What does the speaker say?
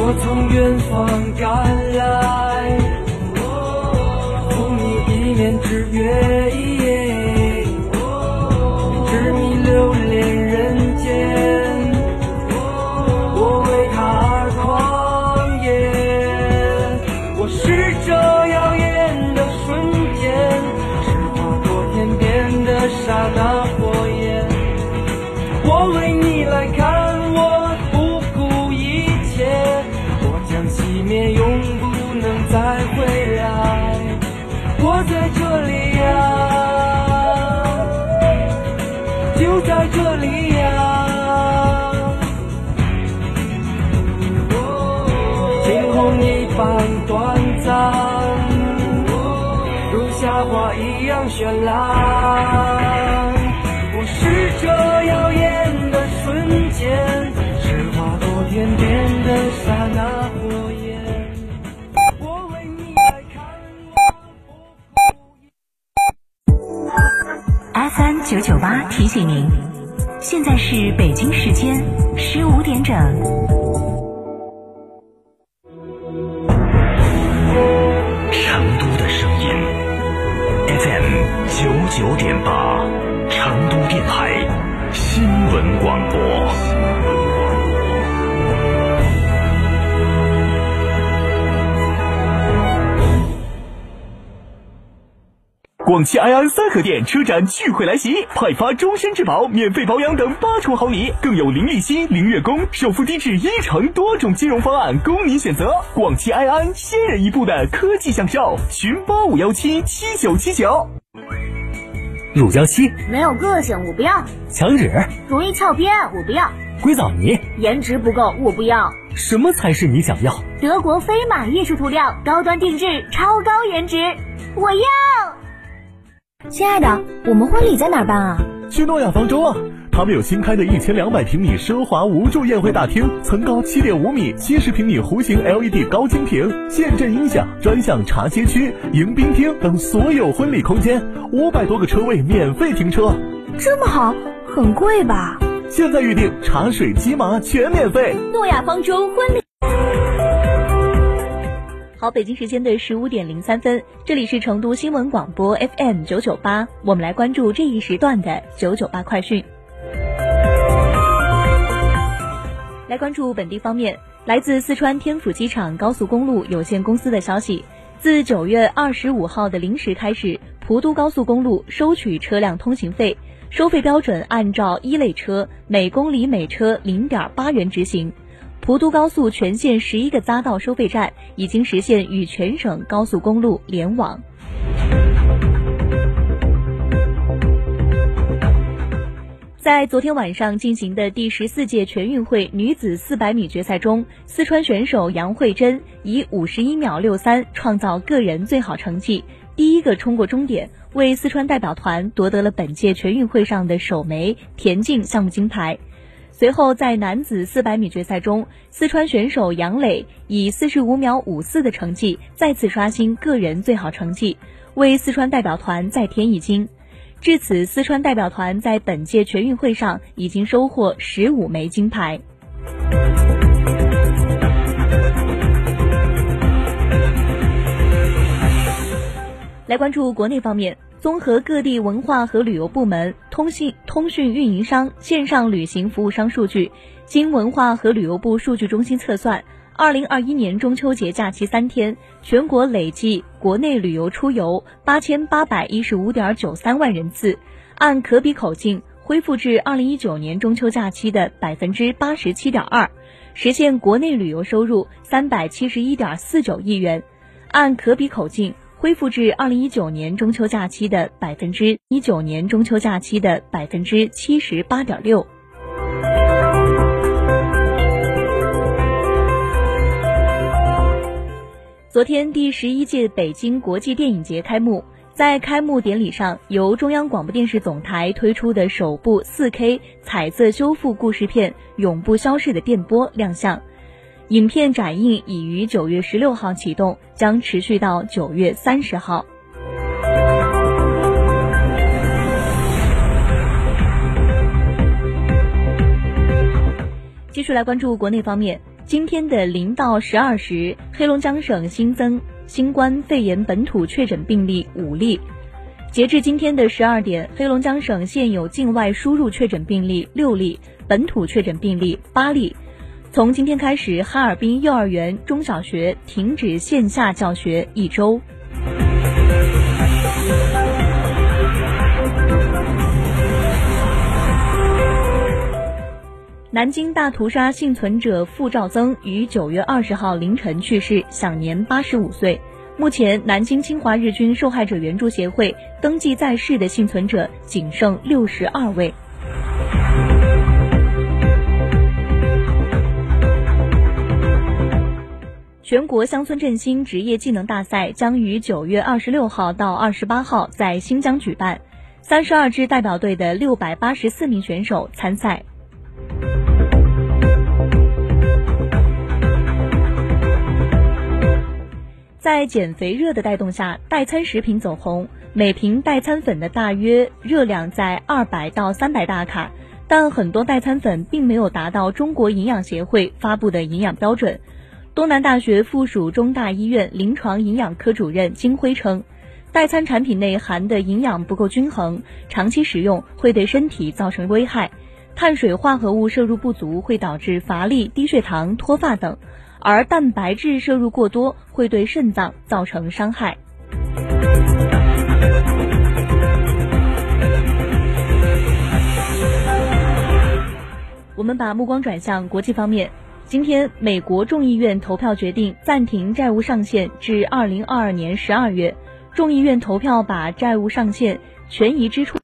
我从远方赶来，送你一面之约，执迷流连人间，我为他而狂野。我是这耀眼的瞬间，是划过天边的刹那火焰。我为你来看，我不顾一切，我将熄灭，永不能再回来。我在这里呀，就在这里呀。惊鸿一般短暂，如夏花一样绚烂。我是这耀眼的瞬间，是划过天边的刹那火焰。我为你来看， 我FM998提醒您，现在是北京时间15点整。 成都的声音 FM99.8，成都电台新闻广播。广汽埃安三河店车展聚会来袭，派发终身质保、免费保养等8重好礼，更有零利息、零月供、首付低至1成多种金融方案供您选择。广汽埃安先人一步的科技享受，寻85177979。 乳胶漆没有个性，我不要； 墙纸容易翘边，我不要； 硅藻泥颜值不够，我不要。 什么才是你想要？ 德国飞马艺术涂料，高端定制，超高颜值，我要。亲爱的，我们婚礼在哪儿办啊？ 去诺亚方舟啊！他们有新开的1200平米奢华无柱宴会大厅，层高7.5米，70平米弧形 LED 高清屏，现阵音响，专项茶歇区、迎宾厅等所有婚礼空间，500多个车位免费停车。 这么好，很贵吧？ 现在预定茶水鸡麻全免费。 诺亚方舟婚礼。 好，北京时间的15点03分，这里是成都新闻广播 FM998，我们来关注这一时段的998快讯。来关注本地方面，来自四川天府机场高速公路有限公司的消息，自9月25号的零时开始，蒲都高速公路收取车辆通行费，收费标准按照一类车每公里每车0.8元执行。蒲都高速全线11个匝道收费站已经实现与全省高速公路联网。在昨天晚上进行的第14届全运会女子400米决赛中，四川选手杨慧珍以51秒63创造个人最好成绩，第一个冲过终点，为四川代表团夺得了本届全运会上的首枚田径项目金牌。随后在男子400米决赛中，四川选手杨磊以45秒54的成绩再次刷新个人最好成绩，为四川代表团再添一金。至此，四川代表团在本届全运会上已经收获15枚金牌。来关注国内方面，综合各地文化和旅游部门、通讯运营商、线上旅行服务商数据，经文化和旅游部数据中心测算，2021年中秋节假期3天，全国累计国内旅游出游8815.93万人次，按可比口径恢复至2019年中秋假期的87.2%，实现国内旅游收入371.49亿元，按可比口径恢复至2019年中秋假期的78.6%。昨天第11届北京国际电影节开幕，在开幕典礼上，由中央广播电视总台推出的首部 4K 彩色修复故事片《永不消逝的电波》亮相。影片展映已于9月16号启动，将持续到9月30号。继续来关注国内方面， 今天的0到12时，黑龙江省新增新冠肺炎本土确诊病例5例。截至今天的12点，黑龙江省现有境外输入确诊病例6例，本土确诊病例8例。从今天开始，哈尔滨幼儿园、中小学停止线下教学1周。南京大屠杀幸存者傅兆增于9月20号凌晨去世，享年85岁。目前，南京侵华日军受害者援助协会登记在世的幸存者仅剩62位。全国乡村振兴职业技能大赛将于9月26号到28号在新疆举办，32支代表队的684名选手参赛。在减肥热的带动下，代餐食品走红，每瓶代餐粉的大约热量在200到300大卡，但很多代餐粉并没有达到中国营养协会发布的营养标准。东南大学附属中大医院临床营养科主任金辉称，代餐产品内含的营养不够均衡，长期食用会对身体造成危害，碳水化合物摄入不足会导致乏力、低血糖、脱发等，而蛋白质摄入过多会对肾脏造成伤害。我们把目光转向国际方面。今天，美国众议院投票决定暂停债务上限至2022年12月。众议院投票把债务上限权宜支出